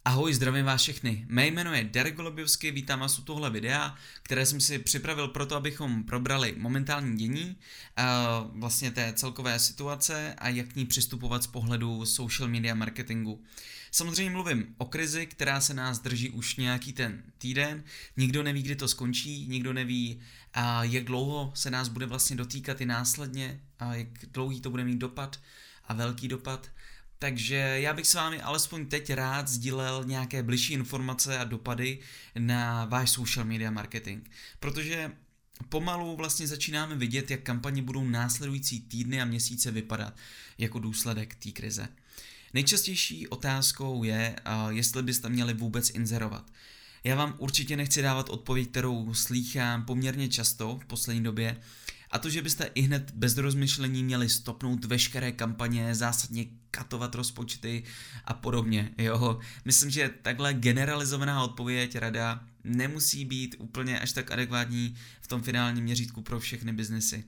Ahoj, zdravím vás všechny. Mé jméno je Derek Golobiovský, vítám vás u tohle videa, které jsem si připravil proto, abychom probrali momentální dění, vlastně té celkové situace a jak k ní přistupovat z pohledu social media marketingu. Samozřejmě mluvím o krizi, která se nás drží už nějaký ten týden, nikdo neví, kdy to skončí, nikdo neví, jak dlouho se nás bude vlastně dotýkat i následně, a jak dlouhý to bude mít dopad a velký dopad. Takže já bych s vámi alespoň teď rád sdílel nějaké bližší informace a dopady na váš social media marketing, protože pomalu vlastně začínáme vidět, jak kampaně budou následující týdny a měsíce vypadat jako důsledek té krize. Nejčastější otázkou je, jestli byste měli vůbec inzerovat. Já vám určitě nechci dávat odpověď, kterou slýchám poměrně často v poslední době, a to, že byste ihned bez rozmyšlení měli stopnout veškeré kampaně, zásadně katovat rozpočty a podobně. Jo? Myslím, že takhle generalizovaná odpověď, rada, nemusí být úplně až tak adekvátní v tom finálním měřítku pro všechny biznesy.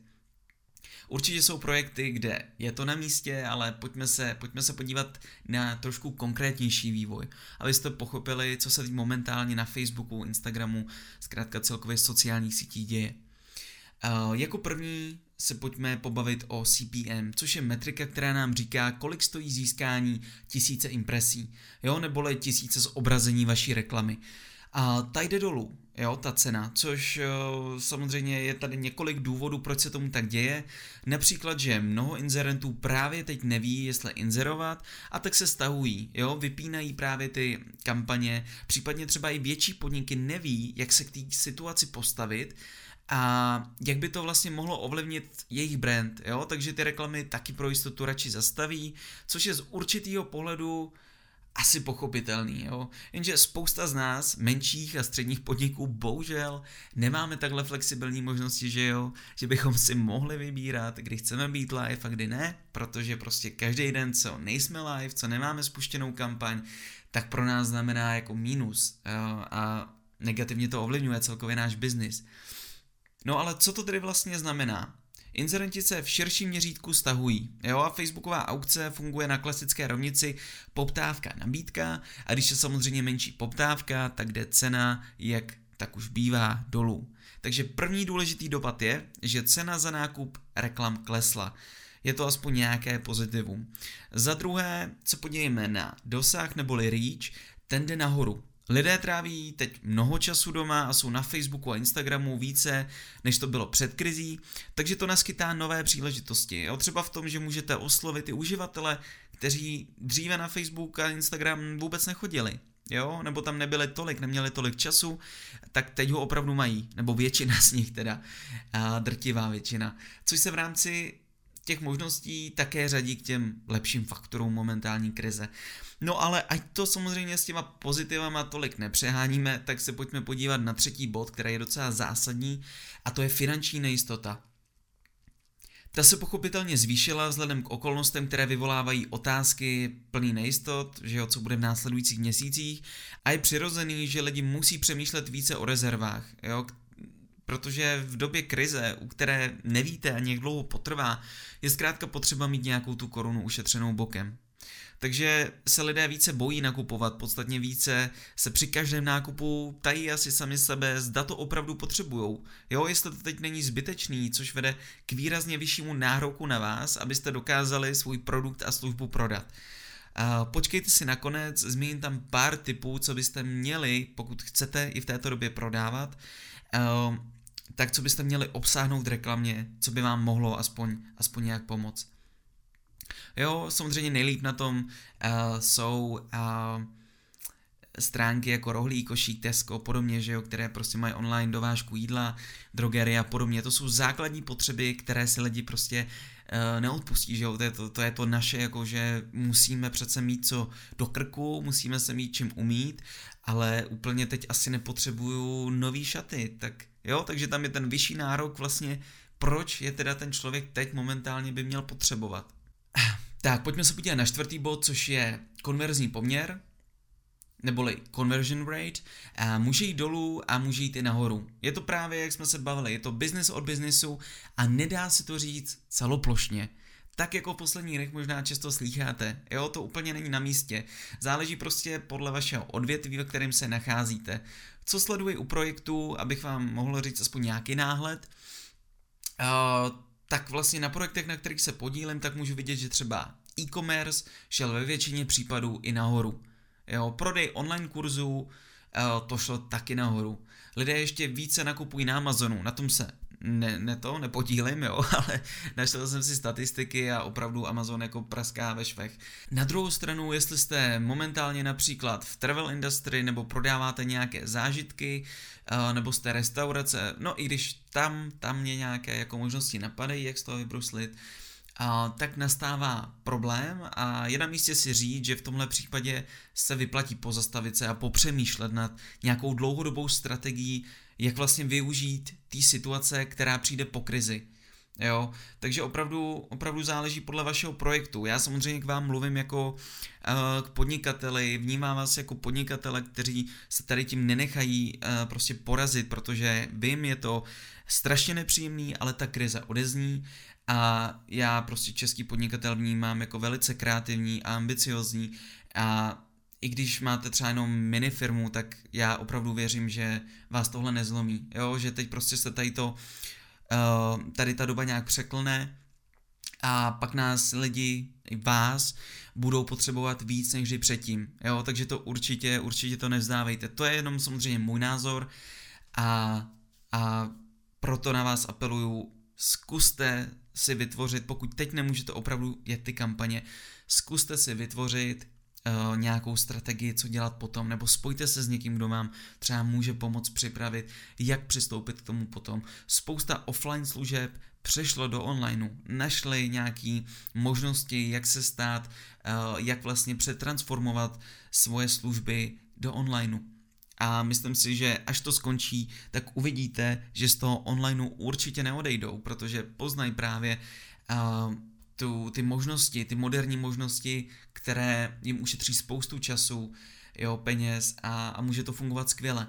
Určitě jsou projekty, kde je to na místě, ale pojďme se podívat na trošku konkrétnější vývoj, abyste pochopili, co se teď momentálně na Facebooku, Instagramu, zkrátka celkově sociálních sítích děje. Jako první se pojďme pobavit o CPM, což je metrika, která nám říká, kolik stojí získání 1000 impresí, jo, neboli 1000 zobrazení vaší reklamy. A ta jde dolů, jo, ta cena, což samozřejmě je tady několik důvodů, proč se tomu tak děje. Například, že mnoho inzerentů právě teď neví, jestli inzerovat, a tak se stahují, jo, vypínají právě ty kampaně, případně třeba i větší podniky neví, jak se k té situaci postavit, a jak by to vlastně mohlo ovlivnit jejich brand, jo? Takže ty reklamy taky pro jistotu radši zastaví, což je z určitého pohledu asi pochopitelný, jo? Jenže spousta z nás, menších a středních podniků, bohužel nemáme takhle flexibilní možnosti, že jo? Že bychom si mohli vybírat, kdy chceme být live a kdy ne, protože prostě každý den, co nejsme live, co nemáme spuštěnou kampaň, tak pro nás znamená jako mínus, jo? A negativně to ovlivňuje celkově náš biznis. No ale co to tedy vlastně znamená? Inzerenti se v širším měřítku stahují, jo, a facebooková aukce funguje na klasické rovnici poptávka-nabídka, a když je samozřejmě menší poptávka, tak jde cena, jak tak už bývá, dolů. Takže první důležitý dopad je, že cena za nákup reklam klesla. Je to aspoň nějaké pozitivum. Za druhé se podívejme na dosah neboli reach, ten jde nahoru. Lidé tráví teď mnoho času doma a jsou na Facebooku a Instagramu více, než to bylo před krizí, takže to naskytá nové příležitosti. Jo? Třeba v tom, že můžete oslovit i uživatele, kteří dříve na Facebook a Instagram vůbec nechodili, jo? Nebo tam neměli tolik času, tak teď ho opravdu mají, nebo většina z nich teda, drtivá většina, což se v rámci těch možností také řadí k těm lepším faktorům momentální krize. No ale ať to samozřejmě s těma pozitivama tolik nepřeháníme, tak se pojďme podívat na třetí bod, který je docela zásadní, a to je finanční nejistota. Ta se pochopitelně zvýšila vzhledem k okolnostem, které vyvolávají otázky plný nejistot, že jo, co bude v následujících měsících, a je přirozený, že lidi musí přemýšlet více o rezervách, jo, protože v době krize, u které nevíte ani jak dlouho potrvá, je zkrátka potřeba mít nějakou tu korunu ušetřenou bokem. Takže se lidé více bojí nakupovat, podstatně více se při každém nákupu tají asi sami sebe, zda to opravdu potřebujou. Jo, jestli to teď není zbytečný, což vede k výrazně vyššímu nároku na vás, abyste dokázali svůj produkt a službu prodat. Počkejte si nakonec, zmíním tam pár tipů, co byste měli, pokud chcete i v této době prodávat, tak co byste měli obsáhnout v reklamě, co by vám mohlo aspoň nějak pomoct. Jo, samozřejmě nejlíp na tom jsou stránky jako Rohlík, Košík, Tesco, podobně, že jo, které prostě mají online dovážku jídla, drogerie a podobně. To jsou základní potřeby, které si lidi prostě neodpustí, že jo, to je to naše, jako že musíme přece mít co do krku, musíme se mít čím umít, ale úplně teď asi nepotřebuju nový šaty, tak jo, takže tam je ten vyšší nárok vlastně, proč je teda ten člověk teď momentálně by měl potřebovat. Tak, pojďme se podívat na čtvrtý bod, což je konverzní poměr, neboli conversion rate, může jít dolů a může jít i nahoru. Je to právě, jak jsme se bavili, je to business od businessu a nedá se to říct celoplošně. tak jako v posledních dnech možná často slýcháte. Jo, to úplně není na místě. Záleží prostě podle vašeho odvětví, ve kterém se nacházíte. Co sleduji u projektu, abych vám mohl říct aspoň nějaký náhled, tak vlastně na projektech, na kterých se podílím, tak můžu vidět, že třeba e-commerce šel ve většině případů i nahoru. Jo, prodej online kurzů, to šlo taky nahoru. Lidé ještě více nakupují na Amazonu, na tom se nepodílím, jo, ale našel jsem si statistiky a opravdu Amazon jako praská ve švech. Na druhou stranu, jestli jste momentálně například v travel industry nebo prodáváte nějaké zážitky, nebo jste restaurace, no i když tam mě nějaké jako možnosti napadají, jak z toho vybruslit, tak nastává problém a je na místě si říct, že v tomhle případě se vyplatí pozastavit se a popřemýšlet nad nějakou dlouhodobou strategií, jak vlastně využít té situace, která přijde po krizi. Jo, takže opravdu záleží podle vašeho projektu. Já samozřejmě k vám mluvím jako k podnikateli, vnímám vás jako podnikatele, kteří se tady tím nenechají prostě porazit, protože vím, je to strašně nepříjemný, ale ta krize odezní a já prostě český podnikatel vnímám jako velice kreativní a ambiciozní a i když máte třeba jenom minifirmu, tak já opravdu věřím, že vás tohle nezlomí, jo, že teď prostě se tady ta doba nějak překlne a pak nás lidi, i vás, budou potřebovat víc než předtím, jo, takže to určitě to nevzdávejte, to je jenom samozřejmě můj názor a proto na vás apeluju, zkuste si vytvořit, pokud teď nemůžete opravdu jet ty kampaně, zkuste si vytvořit nějakou strategii, co dělat potom, nebo spojte se s někým, kdo vám třeba může pomoct připravit, jak přistoupit k tomu potom. Spousta offline služeb přešlo do onlineu, našli nějaké možnosti, jak se stát, jak vlastně přetransformovat svoje služby do onlineu. A myslím si, že až to skončí, tak uvidíte, že z toho onlineu určitě neodejdou, protože poznají právě ty možnosti, ty moderní možnosti, které jim ušetří spoustu času, jo, peněz a může to fungovat skvěle.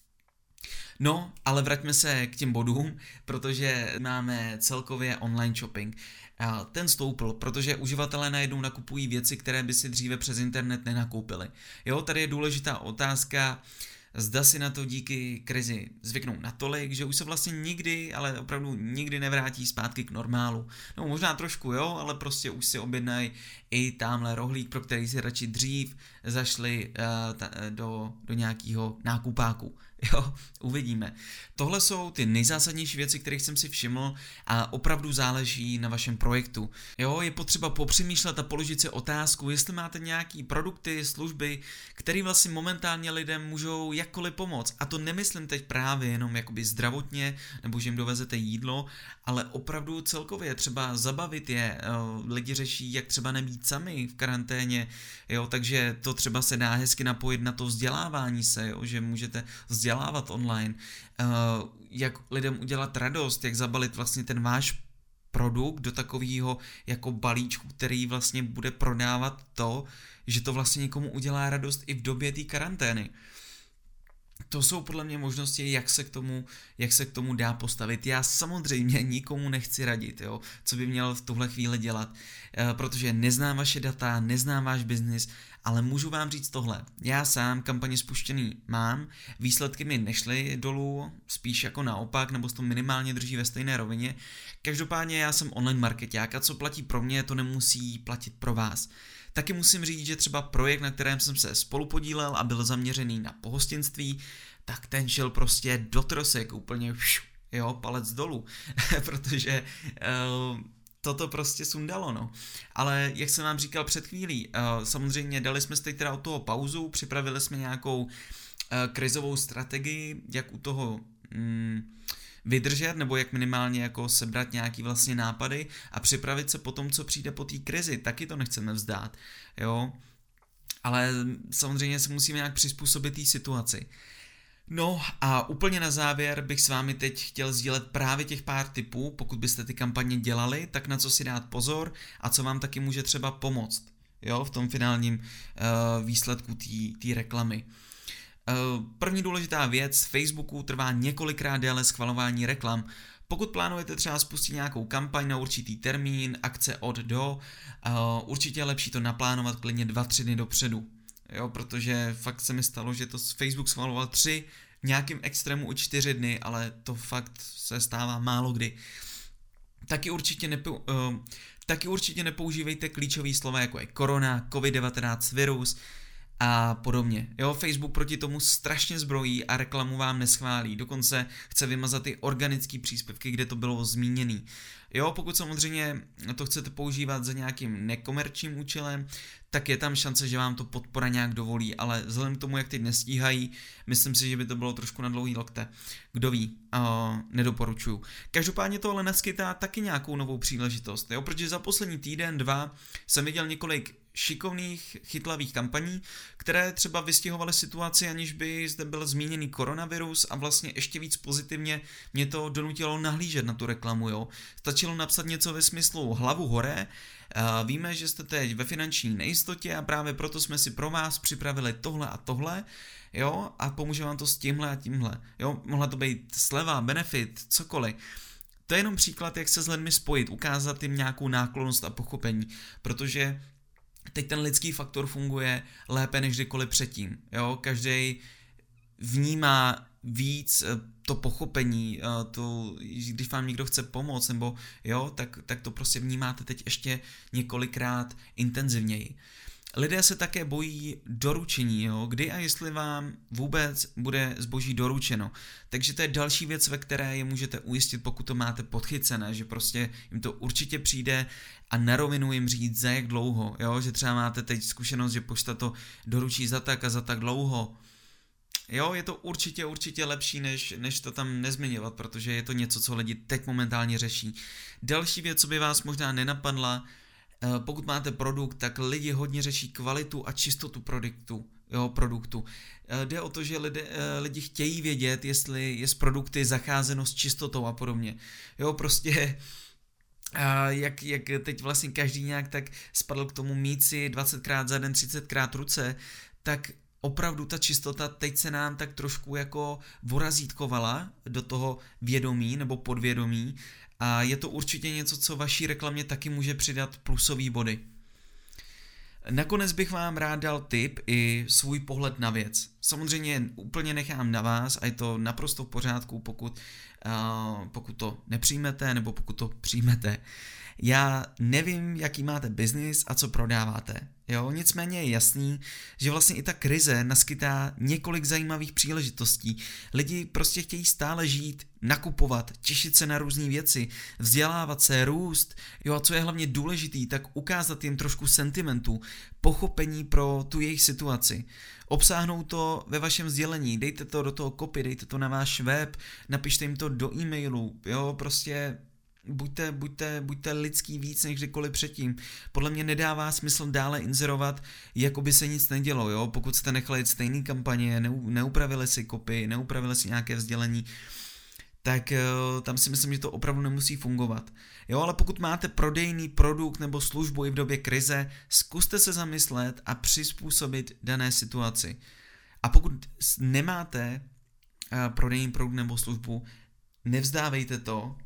No, ale vraťme se k těm bodům, protože máme celkově online shopping. Ten stoupl, protože uživatelé najednou nakupují věci, které by si dříve přes internet nenakoupili. Jo, tady je důležitá otázka, zda si na to díky krizi zvyknou natolik, že už se vlastně nikdy, ale opravdu nikdy nevrátí zpátky k normálu. No možná trošku jo, ale prostě už si objednají i tamhle rohlík, pro který si radši dřív zašli do nějakého nákupáku. Jo, uvidíme. Tohle jsou ty nejzásadnější věci, kterých jsem si všiml a opravdu záleží na vašem projektu. Jo, je potřeba popřemýšlet a položit si otázku, jestli máte nějaký produkty, služby, které vlastně momentálně lidem můžou jakkoliv pomoct. A to nemyslím teď právě jenom jakoby zdravotně, nebo že jim dovezete jídlo, ale opravdu celkově třeba zabavit je. Lidi řeší, jak třeba nebýt sami v karanténě, jo, takže to třeba se dá hezky napojit na to vzdělávání se, jo, že můžete vzdělávat online, jak lidem udělat radost, jak zabalit vlastně ten váš produkt do takového jako balíčku, který vlastně bude prodávat to, že to vlastně někomu udělá radost i v době té karantény. To jsou podle mě možnosti, jak se k tomu dá postavit. Já samozřejmě nikomu nechci radit, jo, co by měl v tuhle chvíli dělat, protože neznám vaše data, neznám váš biznis, ale můžu vám říct tohle. Já sám kampaně spuštěný mám, výsledky mi nešly dolů, spíš jako naopak, nebo se to minimálně drží ve stejné rovině. Každopádně já jsem online marketák a co platí pro mě, to nemusí platit pro vás. Taky musím říct, že třeba projekt, na kterém jsem se spolupodílel a byl zaměřený na pohostinství, tak ten šel prostě do trosek, úplně jo, palec dolů, protože toto prostě sundalo, no. Ale jak jsem vám říkal před chvílí, samozřejmě dali jsme si teď teda od toho pauzu, připravili jsme nějakou krizovou strategii, jak u toho vydržet, nebo jak minimálně jako sebrat nějaký vlastně nápady a připravit se po tom, co přijde po té krizi, taky to nechceme vzdát, jo. Ale samozřejmě se musíme nějak přizpůsobit té situaci. No a úplně na závěr bych s vámi teď chtěl sdílet právě těch pár tipů, pokud byste ty kampaně dělali, tak na co si dát pozor a co vám taky může třeba pomoct, jo, v tom finálním výsledku té reklamy. První důležitá věc, Facebooku trvá několikrát déle schvalování reklam, Pokud plánujete třeba spustit nějakou kampaň na určitý termín, akce od do, určitě je lepší to naplánovat klidně 2-3 dny dopředu. Jo, protože fakt se mi stalo, že to Facebook schvaloval 3, v nějakém extrému i 4 dny, ale to fakt se stává málo kdy. Taky určitě nepoužívejte klíčové slova jako je korona, COVID-19, virus a podobně. Jo, Facebook proti tomu strašně zbrojí a reklamu vám neschválí. Dokonce chce vymazat i organické příspěvky, kde to bylo zmíněný. Jo, pokud samozřejmě to chcete používat za nějakým nekomerčním účelem, tak je tam šance, že vám to podpora nějak dovolí, ale vzhledem k tomu, jak teď nestíhají, myslím si, že by to bylo trošku na dlouhý lokte. Kdo ví, nedoporučuju. Každopádně to ale naskytá taky nějakou novou příležitost, jo, protože za poslední týden, 2 jsem viděl několik šikovných, chytlavých kampaní, které třeba vystihovaly situaci, aniž by zde byl zmíněný koronavirus a vlastně ještě víc pozitivně mě to donutilo nahlížet na tu reklamu, jo. Stačilo napsat něco ve smyslu hlavu hore, víme, že jste teď ve finanční nejistotě a právě proto jsme si pro vás připravili tohle a tohle, jo, a pomůže vám to s tímhle a tímhle, jo, mohla to být sleva, benefit, cokoliv. To je jenom příklad, jak se s lidmi spojit, ukázat jim nějakou náklonnost a pochopení, protože teď ten lidský faktor funguje lépe než kdykoliv předtím, jo, každý vnímá víc to pochopení, když vám někdo chce pomoct, nebo jo, tak to prostě vnímáte teď ještě několikrát intenzivněji. Lidé se také bojí doručení, jo, kdy a jestli vám vůbec bude zboží doručeno. Takže to je další věc, ve které je můžete ujistit, pokud to máte podchycené, že prostě jim to určitě přijde a na rovinu jim říct za jak dlouho, jo, že třeba máte teď zkušenost, že pošta to doručí za tak a za tak dlouho. Jo, je to určitě lepší, než to tam nezmiňovat, protože je to něco, co lidi teď momentálně řeší. Další věc, co by vás možná nenapadla, pokud máte produkt, tak lidi hodně řeší kvalitu a čistotu produktu. Jde o to, že lidi chtějí vědět, jestli je s produkty zacházeno s čistotou a podobně. Jo, prostě jak teď vlastně každý nějak tak spadl k tomu mít si 20krát za den, 30krát ruce, tak opravdu ta čistota teď se nám tak trošku jako vorazítkovala do toho vědomí nebo podvědomí a je to určitě něco, co vaší reklamě taky může přidat plusový body. Nakonec bych vám rád dal tip i svůj pohled na věc. Samozřejmě úplně nechám na vás a je to naprosto v pořádku, pokud to nepřijmete nebo pokud to přijmete. Já nevím, jaký máte biznis a co prodáváte. Jo, nicméně je jasný, že vlastně i ta krize naskytá několik zajímavých příležitostí. Lidi prostě chtějí stále žít, nakupovat, těšit se na různé věci, vzdělávat se, růst. Jo, a co je hlavně důležitý, tak ukázat jim trošku sentimentu, pochopení pro tu jejich situaci. Obsáhnout to ve vašem sdělení, dejte to do toho copy, dejte to na váš web, napište jim to do e-mailu, jo, prostě buďte lidský víc než kdykoliv předtím. Podle mě nedává smysl dále inzerovat, jako by se nic nedělo, jo? Pokud jste nechali stejný kampaně, neupravili si copy, neupravili si nějaké sdělení, tak tam si myslím, že to opravdu nemusí fungovat. Jo, ale pokud máte prodejný produkt nebo službu i v době krize, zkuste se zamyslet a přizpůsobit dané situaci. A pokud nemáte prodejný produkt nebo službu, nevzdávejte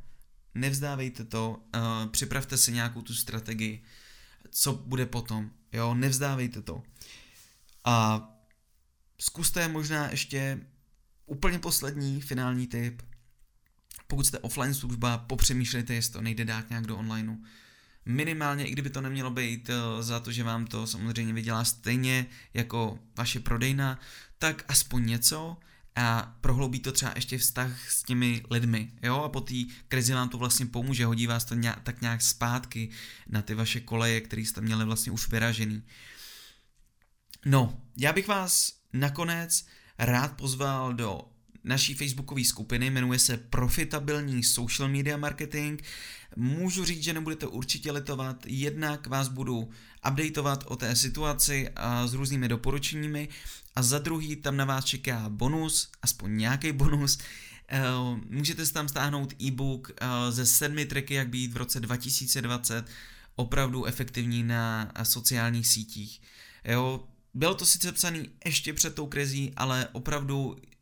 to, připravte si nějakou tu strategii, co bude potom, jo, nevzdávejte to. A zkuste možná ještě úplně poslední, finální tip, pokud jste offline služba, popřemýšlejte, jestli to nejde dát nějak do onlineu. Minimálně, i kdyby to nemělo být za to, že vám to samozřejmě vydělá stejně jako vaše prodejna, tak aspoň něco, a prohloubí to třeba ještě vztah s těmi lidmi, jo, a po té krizi vám to vlastně pomůže, hodí vás to tak nějak zpátky na ty vaše koleje, které jste měli vlastně už vyražený. No, já bych vás nakonec rád pozval do naší facebookové skupiny, jmenuje se Profitabilní social media marketing. Můžu říct, že nebudete určitě litovat, jednak vás budu updateovat o té situaci a s různými doporučeními a za druhý tam na vás čeká bonus, aspoň nějaký bonus. Můžete si tam stáhnout e-book ze 7 triky, jak být v roce 2020 opravdu efektivní na sociálních sítích. Jo, bylo to sice psaný ještě před tou krizí, ale opravdu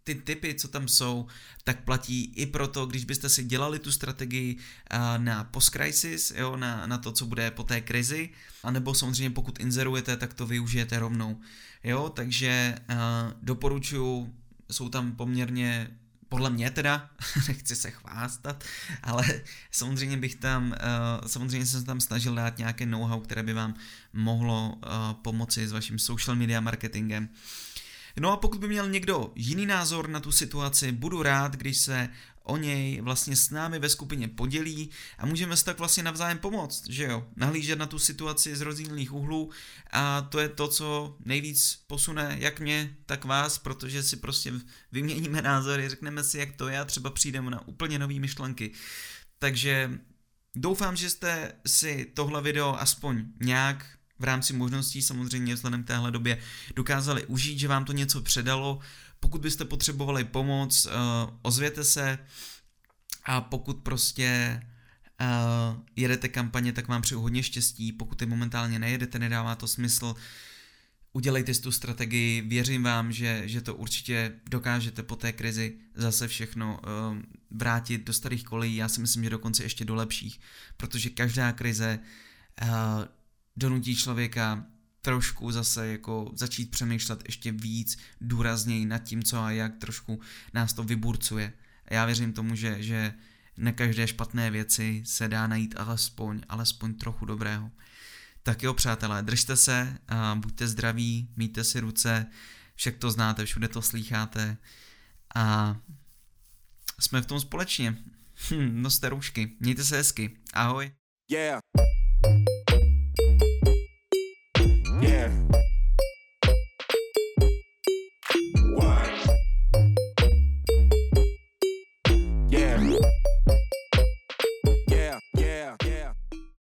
ty tipy, co tam jsou, tak platí i proto, když byste si dělali tu strategii na post-crisis, jo, na to, co bude po té krizi, anebo samozřejmě pokud inzerujete, tak to využijete rovnou. Jo, takže doporučuji, jsou tam poměrně, podle mě teda, nechci se chvástat, ale samozřejmě jsem tam snažil dát nějaké know-how, které by vám mohlo pomoci s vaším social media marketingem. No a pokud by měl někdo jiný názor na tu situaci, budu rád, když se o něj vlastně s námi ve skupině podělí a můžeme si tak vlastně navzájem pomoct, že jo, nahlížet na tu situaci z rozdílných úhlů a to je to, co nejvíc posune jak mě, tak vás, protože si prostě vyměníme názory, řekneme si, jak to je a třeba přijdeme na úplně nové myšlenky. Takže doufám, že jste si tohle video aspoň nějak v rámci možností samozřejmě vzhledem k téhle době dokázali užít, že vám to něco předalo. Pokud byste potřebovali pomoc, ozvěte se a pokud prostě jedete kampaně, tak vám přeju hodně štěstí. Pokud je momentálně nejedete, nedává to smysl, udělejte si tu strategii, věřím vám, že to určitě dokážete po té krizi zase všechno vrátit do starých kolejí, já si myslím, že dokonce ještě do lepších, protože každá krize donutí člověka trošku zase jako začít přemýšlet ještě víc důrazněji nad tím, co a jak, trošku nás to vyburcuje. A já věřím tomu, že na každé špatné věci se dá najít alespoň trochu dobrého. Tak jo, přátelé, držte se, buďte zdraví, míjte si ruce, však to znáte, všude to slýcháte a jsme v tom společně. Noste roušky, mějte se hezky, ahoj. Yeah.